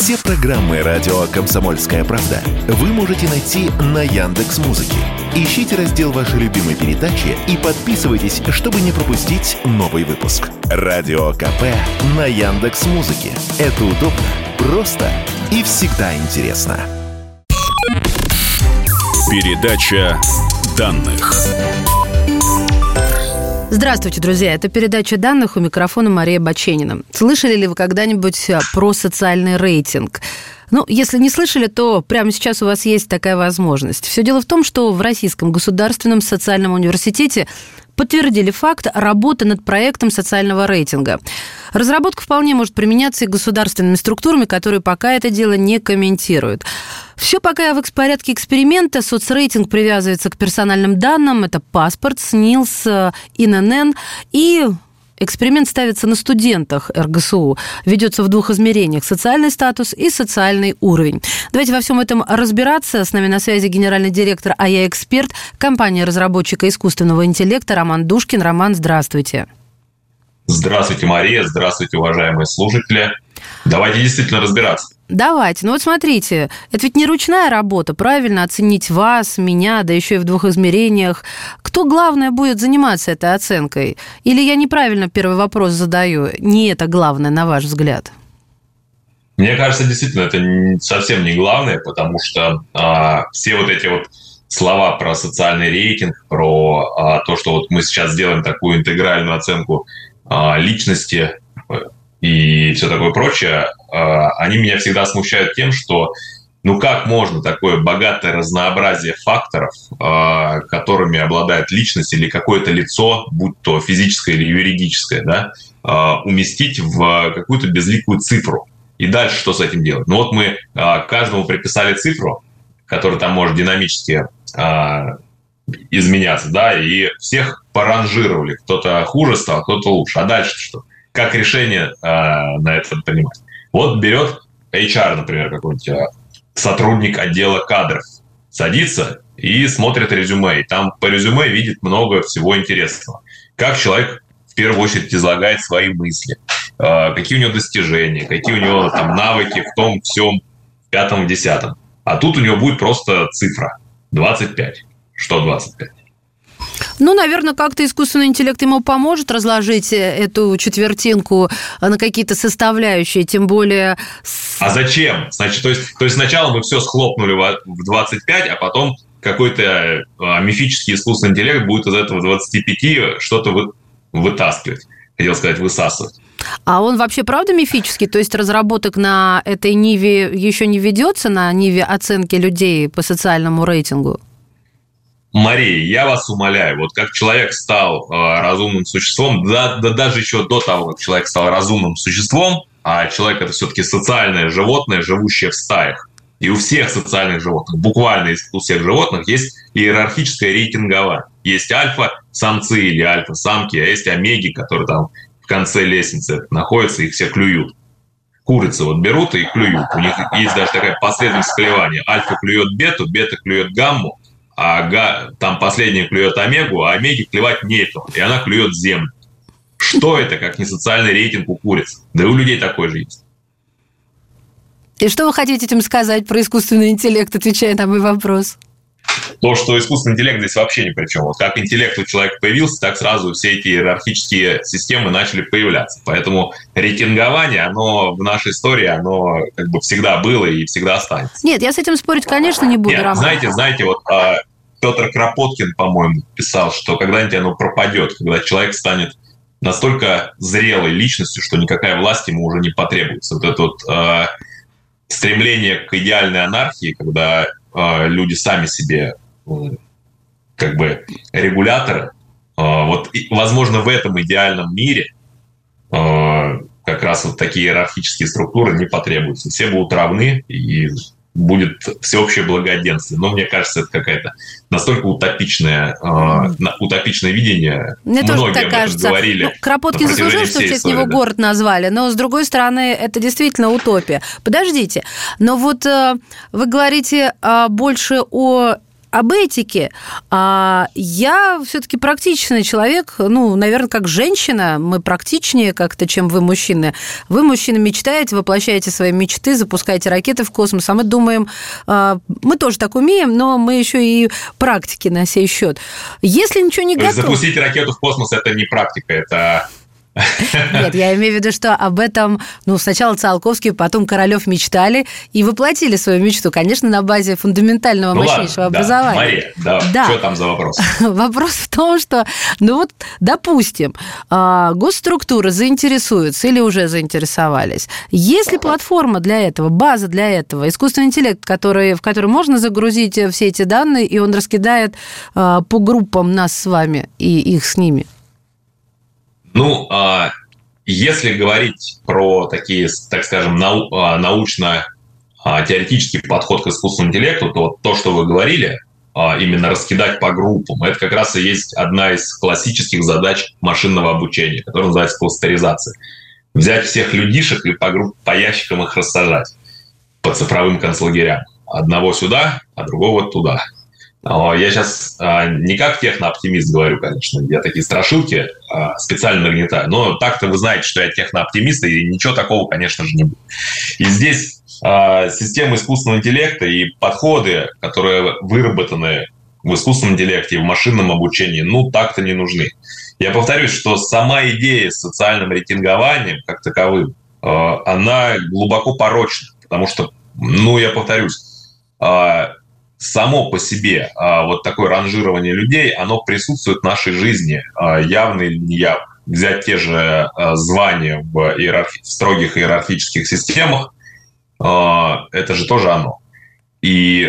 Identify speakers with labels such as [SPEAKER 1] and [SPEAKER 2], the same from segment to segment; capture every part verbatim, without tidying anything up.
[SPEAKER 1] Все программы радио «Комсомольская правда» вы можете найти на Яндекс.Музыке. Ищите раздел вашей любимой передачи и подписывайтесь, чтобы не пропустить новый выпуск. Радио КП на Яндекс.Музыке. Это удобно, просто и всегда интересно.
[SPEAKER 2] Передача данных.
[SPEAKER 3] Здравствуйте, друзья. Это передача данных, у микрофона Мария Баченина. Слышали ли вы когда-нибудь про социальный рейтинг? Ну, если не слышали, то прямо сейчас у вас есть такая возможность. Все дело в том, что в Российском государственном социальном университете подтвердили факт работы над проектом социального рейтинга. Разработка вполне может применяться и государственными структурами, которые пока это дело не комментируют. Все пока в порядке эксперимента. Соцрейтинг привязывается к персональным данным. Это паспорт, СНИЛС, ИНН. И эксперимент ставится на студентах эр гэ эс у. Ведется в двух измерениях – социальный статус и социальный уровень. Давайте во всем этом разбираться. С нами на связи генеральный директор эй ай Эксперт, компания-разработчика искусственного интеллекта Роман Душкин. Роман, здравствуйте.
[SPEAKER 4] Здравствуйте, Мария. Здравствуйте, уважаемые слушатели. Давайте действительно разбираться.
[SPEAKER 3] Давайте. Ну вот смотрите, это ведь не ручная работа, правильно оценить вас, меня, да еще и в двух измерениях. Кто, главное, будет заниматься этой оценкой? Или я неправильно первый вопрос задаю? Не это главное, на ваш взгляд?
[SPEAKER 4] Мне кажется, действительно, это совсем не главное, потому что а, все вот эти вот слова про социальный рейтинг, про а, то, что вот мы сейчас сделаем такую интегральную оценку а, личности и все такое прочее, они меня всегда смущают тем, что ну как можно такое богатое разнообразие факторов, которыми обладает личность или какое-то лицо, будь то физическое или юридическое, да, уместить в какую-то безликую цифру. И дальше что с этим делать? Ну вот мы каждому приписали цифру, которая там может динамически изменяться, да, и всех поранжировали. Кто-то хуже стал, кто-то лучше. А дальше что? Как решение э, на это принимать? Вот берет эйч ар, например, какой-нибудь э, сотрудник отдела кадров, садится и смотрит резюме. И там по резюме видит много всего интересного. Как человек в первую очередь излагает свои мысли, э, какие у него достижения, какие у него там навыки в том, всем, в пятом, в десятом. А тут у него будет просто цифра двадцать пять. Что двадцать пять?
[SPEAKER 3] Ну, наверное, как-то искусственный интеллект ему поможет разложить эту четвертинку на какие-то составляющие, тем более...
[SPEAKER 4] А зачем? Значит, то есть, то есть сначала мы все схлопнули в двадцать пять, а потом какой-то а, мифический искусственный интеллект будет из этого двадцати пяти что-то вы, вытаскивать. Хотел сказать, высасывать.
[SPEAKER 3] А он вообще правда мифический? То есть разработок на этой ниве еще не ведется, на ниве оценки людей по социальному рейтингу?
[SPEAKER 4] Мария, я вас умоляю, вот как человек стал э, разумным существом, да, да даже еще до того, как человек стал разумным существом, а человек – это все-таки социальное животное, живущее в стаях. И у всех социальных животных, буквально у всех животных, есть иерархическое рейтингование. Есть альфа-самцы или альфа-самки, а есть омеги, которые там в конце лестницы находятся, их все клюют. Курицы вот берут и клюют. У них есть даже такая последовательность клевания. Альфа клюет бету, бета клюет гамму, а га, там последняя клюет омегу, а омеги клевать нечего, и она клюет землю. Что это, как не социальный рейтинг у куриц? Да и у людей такой же есть.
[SPEAKER 3] И что вы хотите этим сказать про искусственный интеллект, отвечая на мой вопрос?
[SPEAKER 4] То, что искусственный интеллект здесь вообще ни при чем. Вот как интеллект у человека появился, так сразу все эти иерархические системы начали появляться. Поэтому рейтингование, оно в нашей истории, оно как бы всегда было и всегда останется.
[SPEAKER 3] Нет, я с этим спорить, конечно, не буду,
[SPEAKER 4] Нет,
[SPEAKER 3] Роман.
[SPEAKER 4] Знаете, знаете, вот а, Петр Кропоткин, по-моему, писал, что когда-нибудь оно пропадет, когда человек станет настолько зрелой личностью, что никакая власть ему уже не потребуется. Вот это вот а, стремление к идеальной анархии, когда а, люди сами себе как бы регуляторы. Вот, возможно, в этом идеальном мире как раз вот такие иерархические структуры не потребуются. Все будут равны, и будет всеобщее благоденствие. Но мне кажется, это какая-то настолько утопичное, утопичное видение.
[SPEAKER 3] Мне
[SPEAKER 4] Многие
[SPEAKER 3] тоже так
[SPEAKER 4] об
[SPEAKER 3] кажется.
[SPEAKER 4] этом говорили.
[SPEAKER 3] Ну, Кропоткин заслужил, что в честь него да. город назвали, но, с другой стороны, это действительно утопия. Подождите, но вот вы говорите больше о об этике. А я все-таки практичный человек, ну, наверное, как женщина, мы практичнее как-то, чем вы, мужчины. Вы, мужчины, мечтаете, воплощаете свои мечты, запускаете ракеты в космос, а мы думаем, мы тоже так умеем, но мы еще и практики на сей счет. Если ничего не готово...
[SPEAKER 4] Запустить ракету в космос – это не практика, это...
[SPEAKER 3] Нет, я имею в виду, что об этом, ну, сначала Циолковский, потом Королёв мечтали и воплотили свою мечту, конечно, на базе фундаментального ну мощнейшего
[SPEAKER 4] ладно,
[SPEAKER 3] образования.
[SPEAKER 4] Да, Мария, да, да. Что там за вопрос?
[SPEAKER 3] Вопрос в том, что, ну вот, допустим, госструктуры заинтересуются или уже заинтересовались. Есть ли платформа для этого, база для этого, искусственный интеллект, который, в который можно загрузить все эти данные, и он раскидает по группам нас с вами и их с ними?
[SPEAKER 4] Ну, если говорить про такие, так скажем, научно-теоретический подход к искусственному интеллекту, то то, что вы говорили, именно раскидать по группам, это как раз и есть одна из классических задач машинного обучения, которая называется кластеризация. Взять всех людишек и по, групп, по ящикам их рассажать по цифровым концлагерям. Одного сюда, а другого туда. Я сейчас не как технооптимист говорю, конечно, я такие страшилки специально нагнетаю, но так-то вы знаете, что я технооптимист, и ничего такого, конечно же, не будет. И здесь система искусственного интеллекта и подходы, которые выработаны в искусственном интеллекте и в машинном обучении, ну, так-то не нужны. Я повторюсь, что сама идея с социальным рейтингованием, как таковым, она глубоко порочна, потому что, ну, я повторюсь, само по себе вот такое ранжирование людей, оно присутствует в нашей жизни, явно или неявно. Взять те же звания в, иерархи... в строгих иерархических системах, это же тоже оно. И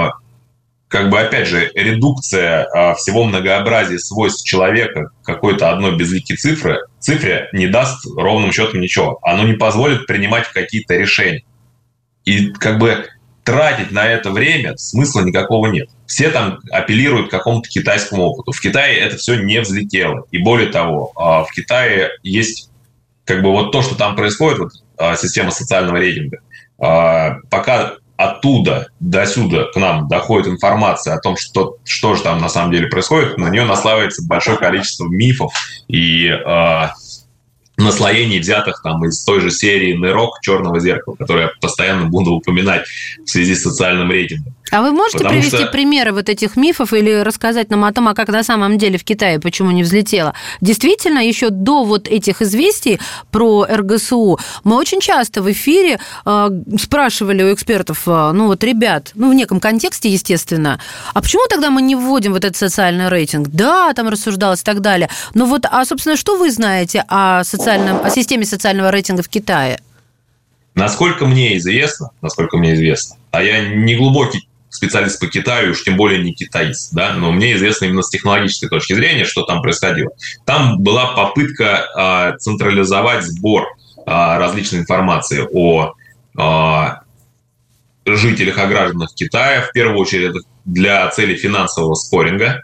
[SPEAKER 4] как бы, опять же, редукция всего многообразия свойств человека к какой-то одной безликой цифре, цифре не даст ровным счетом ничего. Оно не позволит принимать какие-то решения. И как бы тратить на это время смысла никакого нет. Все там апеллируют к какому-то китайскому опыту. В Китае это все не взлетело. И более того, в Китае есть как бы вот то, что там происходит, вот, система социального рейтинга. Пока оттуда до сюда к нам доходит информация о том, что, что же там на самом деле происходит, на нее наслаивается большое количество мифов и э, наслоений, взятых там из той же серии «Нырок», «Черного зеркала», которую я постоянно буду упоминать в связи с социальным рейтингом.
[SPEAKER 3] А вы можете
[SPEAKER 4] Потому
[SPEAKER 3] привести
[SPEAKER 4] что...
[SPEAKER 3] примеры вот этих мифов или рассказать нам о том, а как на самом деле в Китае, почему не взлетело? Действительно, еще до вот этих известий про эр гэ эс у мы очень часто в эфире э, спрашивали у экспертов, э, ну вот, ребят, ну в неком контексте, естественно, а почему тогда мы не вводим вот этот социальный рейтинг? Да, там рассуждалось и так далее. Но вот, а, собственно, что вы знаете о, социальном, о системе социального рейтинга в Китае?
[SPEAKER 4] Насколько мне известно, насколько мне известно, а я не глубокий специалист по Китаю, уж тем более не китаист, да, но мне известно именно с технологической точки зрения, что там происходило. Там была попытка э, централизовать сбор э, различной информации о э, жителях и гражданах Китая, в первую очередь для целей финансового скоринга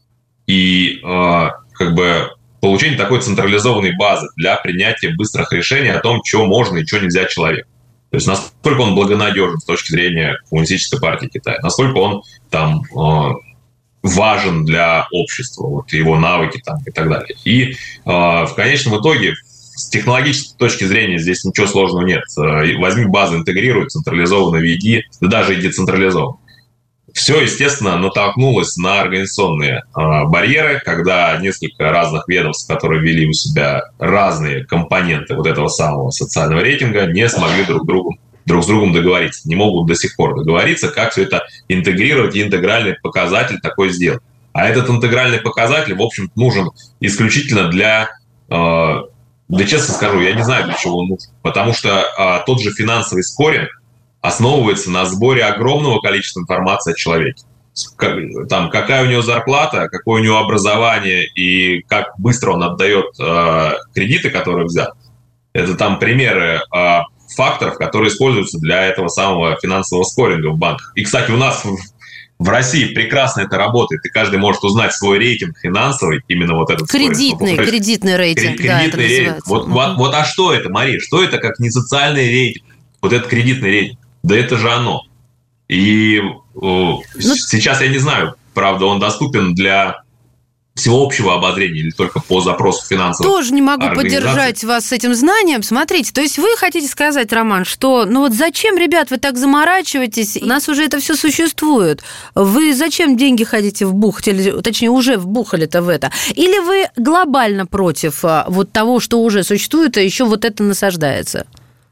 [SPEAKER 4] и э, как бы получения такой централизованной базы для принятия быстрых решений о том, что можно и что нельзя человеку. То есть насколько он благонадежен с точки зрения Коммунистической партии Китая, насколько он там э, важен для общества, вот, его навыки там, и так далее. И э, в конечном итоге с технологической точки зрения здесь ничего сложного нет. Возьми базу, интегрируй, централизованно веди, да даже и децентрализованно. Все, естественно, натолкнулось на организационные э, барьеры, когда несколько разных ведомств, которые ввели у себя разные компоненты вот этого самого социального рейтинга, не смогли друг, другу, друг с другом договориться, не могут до сих пор договориться, как все это интегрировать и интегральный показатель такой сделать. А этот интегральный показатель, в общем, нужен исключительно для, э, да честно скажу, я не знаю, для чего он нужен, потому что э, тот же финансовый скоринг основывается на сборе огромного количества информации о человеке. Там, какая у него зарплата, какое у него образование и как быстро он отдает э, кредиты, которые взят. Это там примеры э, факторов, которые используются для этого самого финансового скоринга в банках. И, кстати, у нас в, в России прекрасно это работает, и каждый может узнать свой рейтинг финансовый, именно вот этот
[SPEAKER 3] кредитный,
[SPEAKER 4] скоринг.
[SPEAKER 3] Кредитный рейтинг,
[SPEAKER 4] кредитный
[SPEAKER 3] да, это
[SPEAKER 4] рейтинг. Вот,
[SPEAKER 3] угу.
[SPEAKER 4] вот, вот, а что это, Мария? Что это как не социальный рейтинг? Вот этот кредитный рейтинг. Да это же оно. И ну, сейчас я не знаю, правда, он доступен для всего общего обозрения или только по запросу финансовых
[SPEAKER 3] Тоже не могу поддержать вас с этим знанием. Смотрите, то есть вы хотите сказать, Роман, что ну вот зачем, ребят, вы так заморачиваетесь? У нас уже это все существует. Вы зачем деньги хотите вбухать, или, точнее, уже вбухали-то в это? Или вы глобально против вот того, что уже существует, а еще вот это насаждается?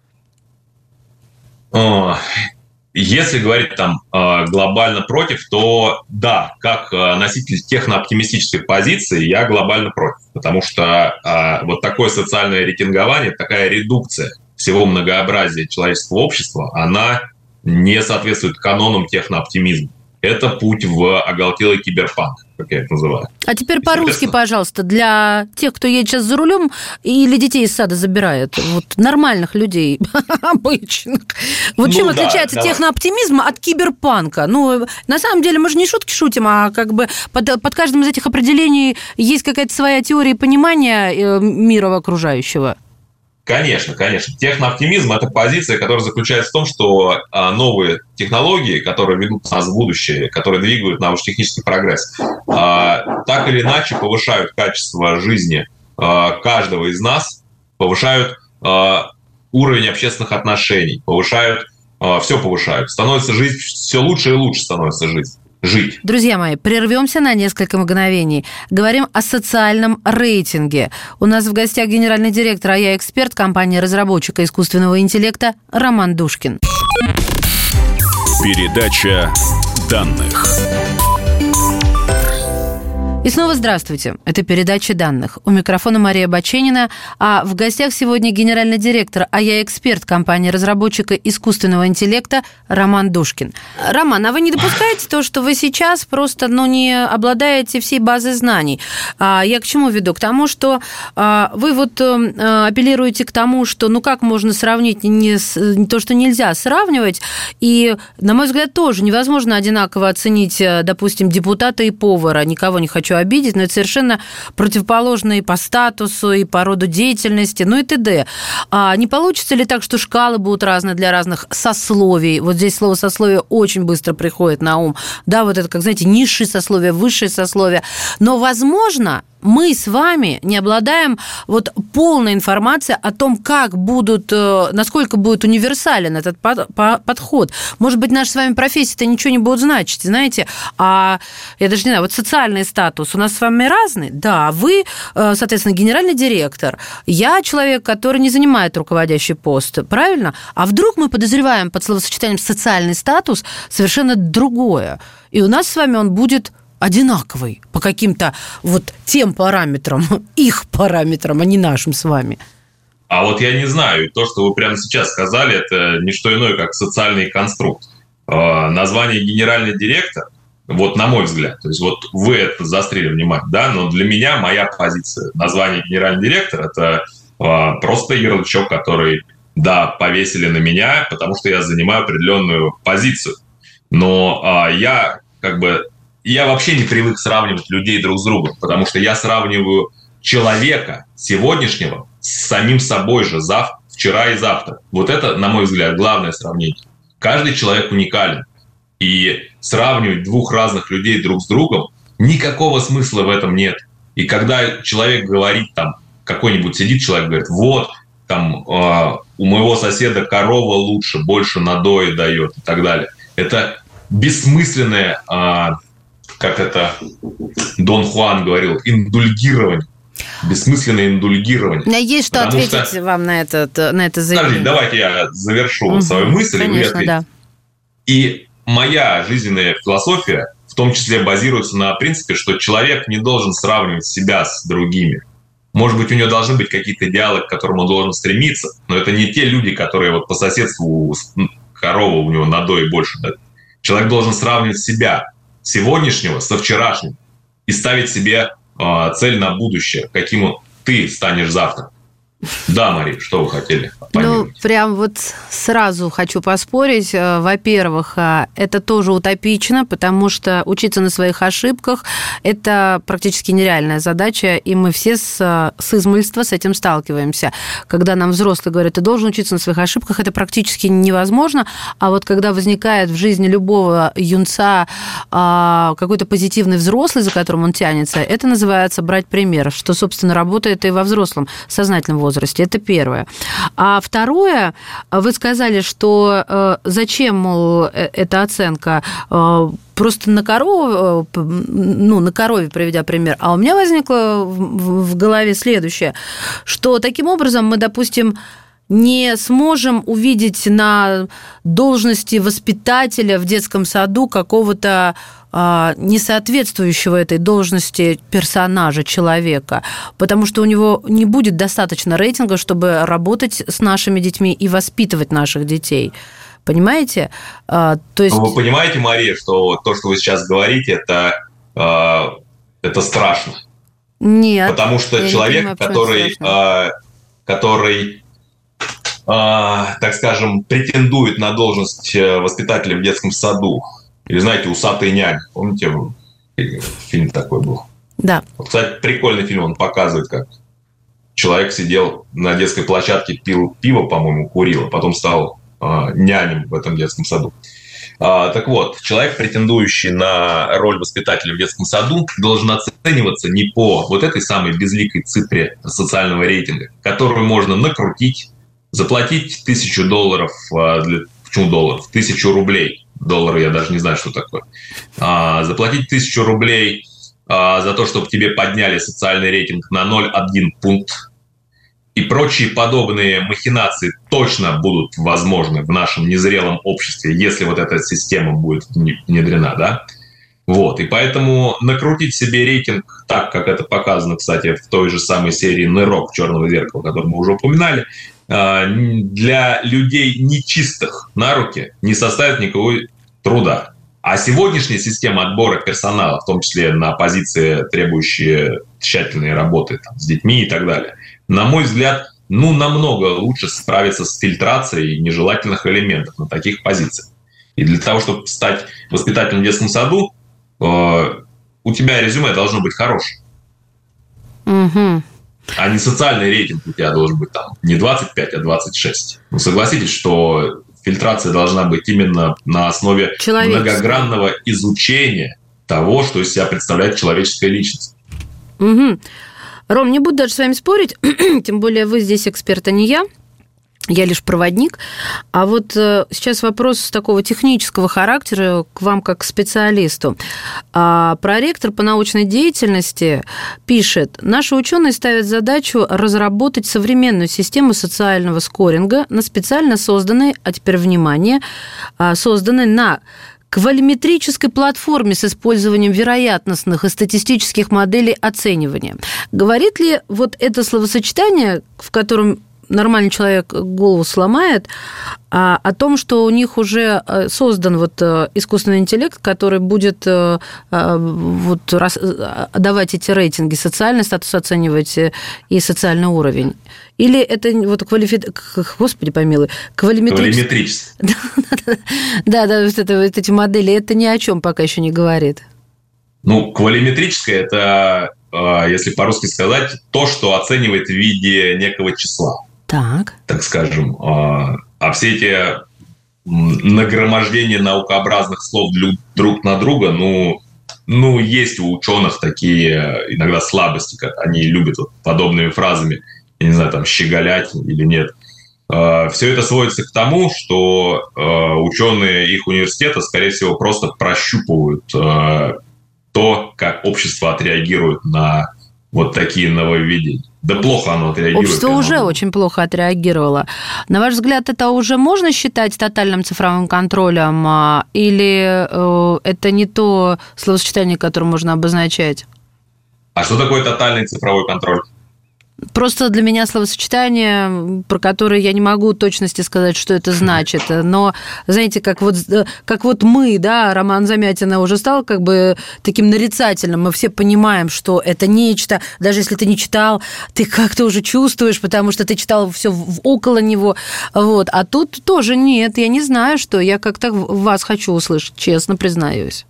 [SPEAKER 4] Если говорить там глобально против, то да, как носитель технооптимистической позиции, я глобально против. Потому что вот такое социальное рейтингование, такая редукция всего многообразия человеческого общества, она не соответствует канонам технооптимизма. Это путь в оголтелый киберпанк, как я это называю.
[SPEAKER 3] А теперь по-русски, пожалуйста, для тех, кто едет сейчас за рулем или детей из сада забирает, вот нормальных людей, обычных. Вот ну, чем да, отличается давай. технооптимизм от киберпанка? Ну, на самом деле, мы же не шутки шутим, а как бы под, под каждым из этих определений есть какая-то своя теория понимания мира окружающего.
[SPEAKER 4] Конечно, конечно. Технооптимизм – это позиция, которая заключается в том, что новые технологии, которые ведут нас в будущее, которые двигают научно-технический прогресс, так или иначе повышают качество жизни каждого из нас, повышают уровень общественных отношений, повышают, все повышают. Становится жизнь, все лучше и лучше становится жизнь. Жить.
[SPEAKER 3] Друзья мои, прервемся на несколько мгновений. Говорим о социальном рейтинге. У нас в гостях генеральный директор, а я эксперт компании разработчика искусственного интеллекта Роман Душкин.
[SPEAKER 2] Передача данных.
[SPEAKER 3] И снова здравствуйте. Это передача данных. У микрофона Мария Баченина, а в гостях сегодня генеральный директор, а я эксперт компании разработчика искусственного интеллекта Роман Душкин. Роман, а вы не допускаете то, что вы сейчас просто ну, не обладаете всей базой знаний? Я к чему веду? К тому, что вы вот апеллируете к тому, что ну как можно сравнить не, с, не то, что нельзя сравнивать, и, на мой взгляд, тоже невозможно одинаково оценить, допустим, депутата и повара. Никого не хочу обидеть, но это совершенно противоположные по статусу и по роду деятельности, ну и т.д. А не получится ли так, что шкалы будут разные для разных сословий? Вот здесь слово «сословие» очень быстро приходит на ум. Да, вот это, как, знаете, низшие сословия, высшие сословия. Но, возможно, мы с вами не обладаем вот полной информацией о том, как будут, насколько будет универсален этот подход. Может быть, наша с вами профессия-то ничего не будет значить, знаете, а я даже не знаю, вот социальный статус у нас с вами разный, да, вы, соответственно, генеральный директор, я человек, который не занимает руководящий пост, правильно? А вдруг мы подозреваем под словосочетанием «социальный статус» совершенно другое, и у нас с вами он будет одинаковый по каким-то вот тем параметрам, их параметрам, а не нашим с вами.
[SPEAKER 4] А вот я не знаю, то, что вы прямо сейчас сказали, это не что иное, как социальный конструкт. Э, название генеральный директор, вот на мой взгляд, то есть вот вы это заострили внимание, да, но для меня моя позиция, название генеральный директор, это э, просто ярлычок, который, да, повесили на меня, потому что я занимаю определенную позицию. Но э, я как бы Я вообще не привык сравнивать людей друг с другом, потому что я сравниваю человека сегодняшнего с самим собой же завтра, вчера и завтра. Вот это, на мой взгляд, главное сравнение. Каждый человек уникален. И сравнивать двух разных людей друг с другом, никакого смысла в этом нет. И когда человек говорит, там, какой-нибудь сидит человек, говорит, вот, там, э, у моего соседа корова лучше, больше надои дает и так далее. Это бессмысленное... Э, как это Дон Хуан говорил, индульгирование. Бессмысленное индульгирование.
[SPEAKER 3] У меня есть что Потому ответить что... вам на это, на это заявление.
[SPEAKER 4] Скажите, давайте я завершу угу, свою мысль,
[SPEAKER 3] конечно,
[SPEAKER 4] и вы ответите.
[SPEAKER 3] Да.
[SPEAKER 4] И моя жизненная философия в том числе базируется на принципе, что человек не должен сравнивать себя с другими. Может быть, у него должны быть какие-то идеалы, к которым он должен стремиться, но это не те люди, которые вот по соседству корова у него надои больше дают. Человек должен сравнивать себя сегодняшнего со вчерашним и ставить себе э, цель на будущее, каким ты станешь завтра. Да, Мария, что вы хотели?
[SPEAKER 3] Ну, прям вот сразу хочу поспорить. Во-первых, это тоже утопично, потому что учиться на своих ошибках – это практически нереальная задача, и мы все с, с измольства с этим сталкиваемся. Когда нам взрослые говорят, ты должен учиться на своих ошибках, это практически невозможно, а вот когда возникает в жизни любого юнца какой-то позитивный взрослый, за которым он тянется, это называется брать пример, что, собственно, работает и во взрослом сознательном возрасте. Это первое. А второе, вы сказали, что э, зачем, мол, эта оценка, э, просто на корову, э, ну, на корове, приведя пример. А у меня возникло в, в голове следующее, что таким образом мы, допустим, не сможем увидеть на должности воспитателя в детском саду какого-то а, несоответствующего этой должности персонажа, человека, потому что у него не будет достаточно рейтинга, чтобы работать с нашими детьми и воспитывать наших детей. Понимаете? А, то есть...
[SPEAKER 4] Вы понимаете, Мария, что то, что вы сейчас говорите, это, э, это страшно.
[SPEAKER 3] Нет.
[SPEAKER 4] Потому что человек, понимаю, который, э, который Uh, так скажем, претендует на должность воспитателя в детском саду. Или, знаете, «Усатый нянь». Помните, фильм такой был?
[SPEAKER 3] Да.
[SPEAKER 4] Вот, кстати, прикольный фильм, он показывает, как человек сидел на детской площадке, пил пиво, по-моему, курил, а потом стал uh, нянем в этом детском саду. Uh, так вот, человек, претендующий на роль воспитателя в детском саду, должен оцениваться не по вот этой самой безликой цифре социального рейтинга, которую можно накрутить, заплатить тысячу долларов, для, почему долларов? Тысячу рублей. Доллары я даже не знаю, что такое. А, заплатить тысячу рублей а, за то, чтобы тебе подняли социальный рейтинг на ноль целых один пункт. И прочие подобные махинации точно будут возможны в нашем незрелом обществе, если вот эта система будет внедрена, да? Вот. И поэтому накрутить себе рейтинг так, как это показано, кстати, в той же самой серии «Нырок» «Черного зеркала», которую мы уже упоминали, для людей нечистых на руки не составит никакого труда. А сегодняшняя система отбора персонала, в том числе на позиции, требующие тщательной работы там, с детьми и так далее, на мой взгляд, ну, намного лучше справиться с фильтрацией нежелательных элементов на таких позициях. И для того, чтобы стать воспитателем в детском саду, э, у тебя резюме должно быть хорошее.
[SPEAKER 3] Угу.
[SPEAKER 4] А не социальный рейтинг у тебя должен быть там не двадцать пять, а двадцать шесть. Ну, согласитесь, что фильтрация должна быть именно на основе многогранного изучения того, что из себя представляет человеческая личность.
[SPEAKER 3] Угу. Ром, не буду даже с вами спорить, тем более вы здесь эксперт, а не я. Я лишь проводник. А вот сейчас вопрос такого технического характера к вам как к специалисту. Проректор по научной деятельности пишет: наши ученые ставят задачу разработать современную систему социального скоринга на специально созданной, а теперь внимание, созданной на квалиметрической платформе с использованием вероятностных и статистических моделей оценивания. Говорит ли вот это словосочетание, в котором нормальный человек голову сломает, а, о том, что у них уже создан вот искусственный интеллект, который будет а, вот, раз, давать эти рейтинги, социальный статус оценивать и социальный уровень? Или это вот квалифи... Господи помилуй, квалиметрический... Да, да, вот, это, вот эти модели, это ни о чем пока еще не говорит.
[SPEAKER 4] Ну, квалиметрическое – это, если по-русски сказать, то, что оценивает в виде некого числа.
[SPEAKER 3] Так.
[SPEAKER 4] Так скажем. А все эти нагромождения наукообразных слов друг на друга, ну, ну, есть у ученых такие иногда слабости, как они любят вот подобными фразами, я не знаю, там, щеголять или нет. Все это сводится к тому, что ученые их университета, скорее всего, просто прощупывают то, как общество отреагирует на вот такие нововведения. Да плохо оно отреагирует.
[SPEAKER 3] Общество уже очень плохо отреагировало. На ваш взгляд, это уже можно считать тотальным цифровым контролем? Или это не то словосочетание, которое можно обозначать?
[SPEAKER 4] А что такое тотальный цифровой контроль?
[SPEAKER 3] Просто для меня словосочетание, про которое я не могу точности сказать, что это значит. Но, знаете, как вот, как вот мы, да, Роман Замятина уже стал как бы таким нарицательным. Мы все понимаем, что это нечто, даже если ты не читал, ты как-то уже чувствуешь, потому что ты читал все около него. Вот. А тут тоже нет, я не знаю, что. Я как-то вас хочу услышать, честно признаюсь.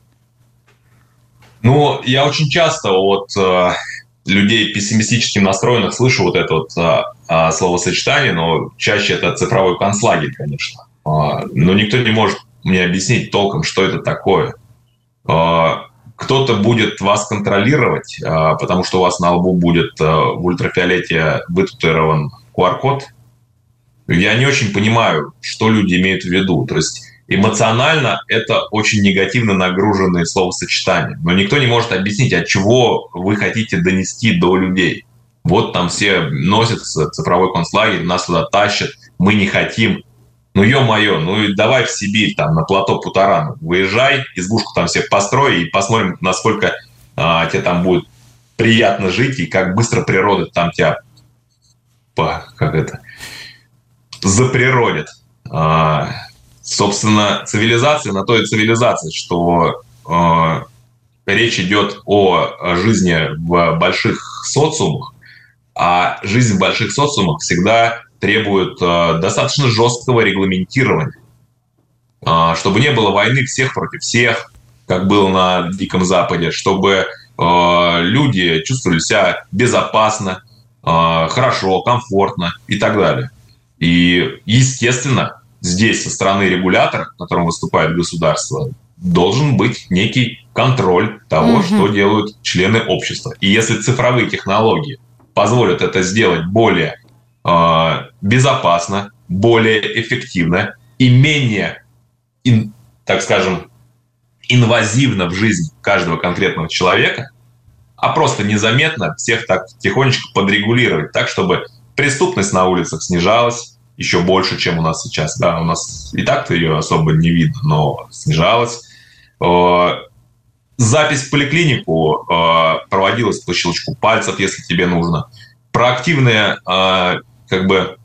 [SPEAKER 4] Ну, я очень часто от людей пессимистически настроенных слышу вот это вот а, а, словосочетание, но чаще это цифровой концлагерь, конечно. А, но никто не может мне объяснить толком, что это такое. А, кто-то будет вас контролировать, а, потому что у вас на лбу будет а, в ультрафиолете вытатуирован ку ар-код. Я не очень понимаю, что люди имеют в виду. То есть эмоционально это очень негативно нагруженные словосочетания. Но никто не может объяснить, от чего вы хотите донести до людей. Вот там все носятся, цифровой концлагерь, нас туда тащат, мы не хотим. Ну, ё-моё, ну и давай в Сибирь, там, на плато Путарана. Выезжай, избушку там себе построй и посмотрим, насколько а, тебе там будет приятно жить и как быстро природа там тебя, по, как это, заприродит. А, Собственно, цивилизация на то и цивилизация, что э, речь идет о жизни в больших социумах, а жизнь в больших социумах всегда требует э, достаточно жесткого регламентирования, э, чтобы не было войны всех против всех, как было на Диком Западе, чтобы э, люди чувствовали себя безопасно, э, хорошо, комфортно и так далее. И, естественно, здесь со стороны регулятора, которым выступает государство, должен быть некий контроль того, mm-hmm. что делают члены общества. И если цифровые технологии позволят это сделать более э, безопасно, более эффективно и менее, ин, так скажем, инвазивно в жизнь каждого конкретного человека, а просто незаметно всех так тихонечко подрегулировать, так, чтобы преступность на улицах снижалась, еще больше, чем у нас сейчас. Да, у нас и так-то ее особо не видно, но снижалась. Запись в поликлинику проводилась по щелчку пальцев, если тебе нужно. Проактивное, как бы,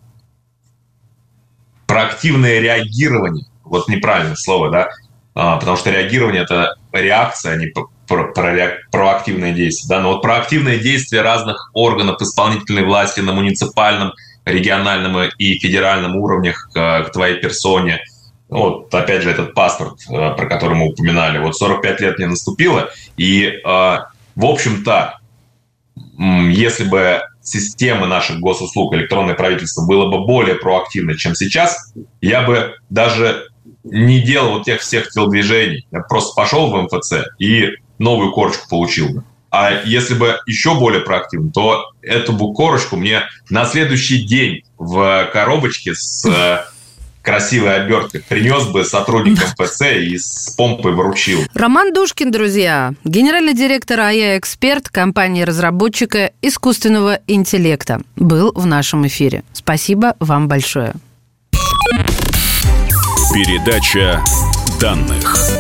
[SPEAKER 4] проактивное реагирование. Вот неправильное слово, да? Потому что реагирование – это реакция, а не про, про, проактивное действие. Да? Но вот проактивное действие разных органов исполнительной власти на муниципальном, региональном и федеральном уровнях к, к твоей персоне. Вот, опять же, этот паспорт, про который мы упоминали. Вот сорок пять лет мне наступило, и, в общем-то, если бы система наших госуслуг, электронное правительство было бы более проактивно, чем сейчас, я бы даже не делал вот тех всех телодвижений. Я просто пошел в эм эф цэ и новую корочку получил бы. А если бы еще более проактивно, то эту бы корочку мне на следующий день в коробочке с э, красивой оберткой принес бы сотрудник эм эф цэ и с помпой вручил.
[SPEAKER 3] Роман Душкин, друзья, генеральный директор эй ай-эксперт компании-разработчика искусственного интеллекта, был в нашем эфире. Спасибо вам большое.
[SPEAKER 2] Передача данных.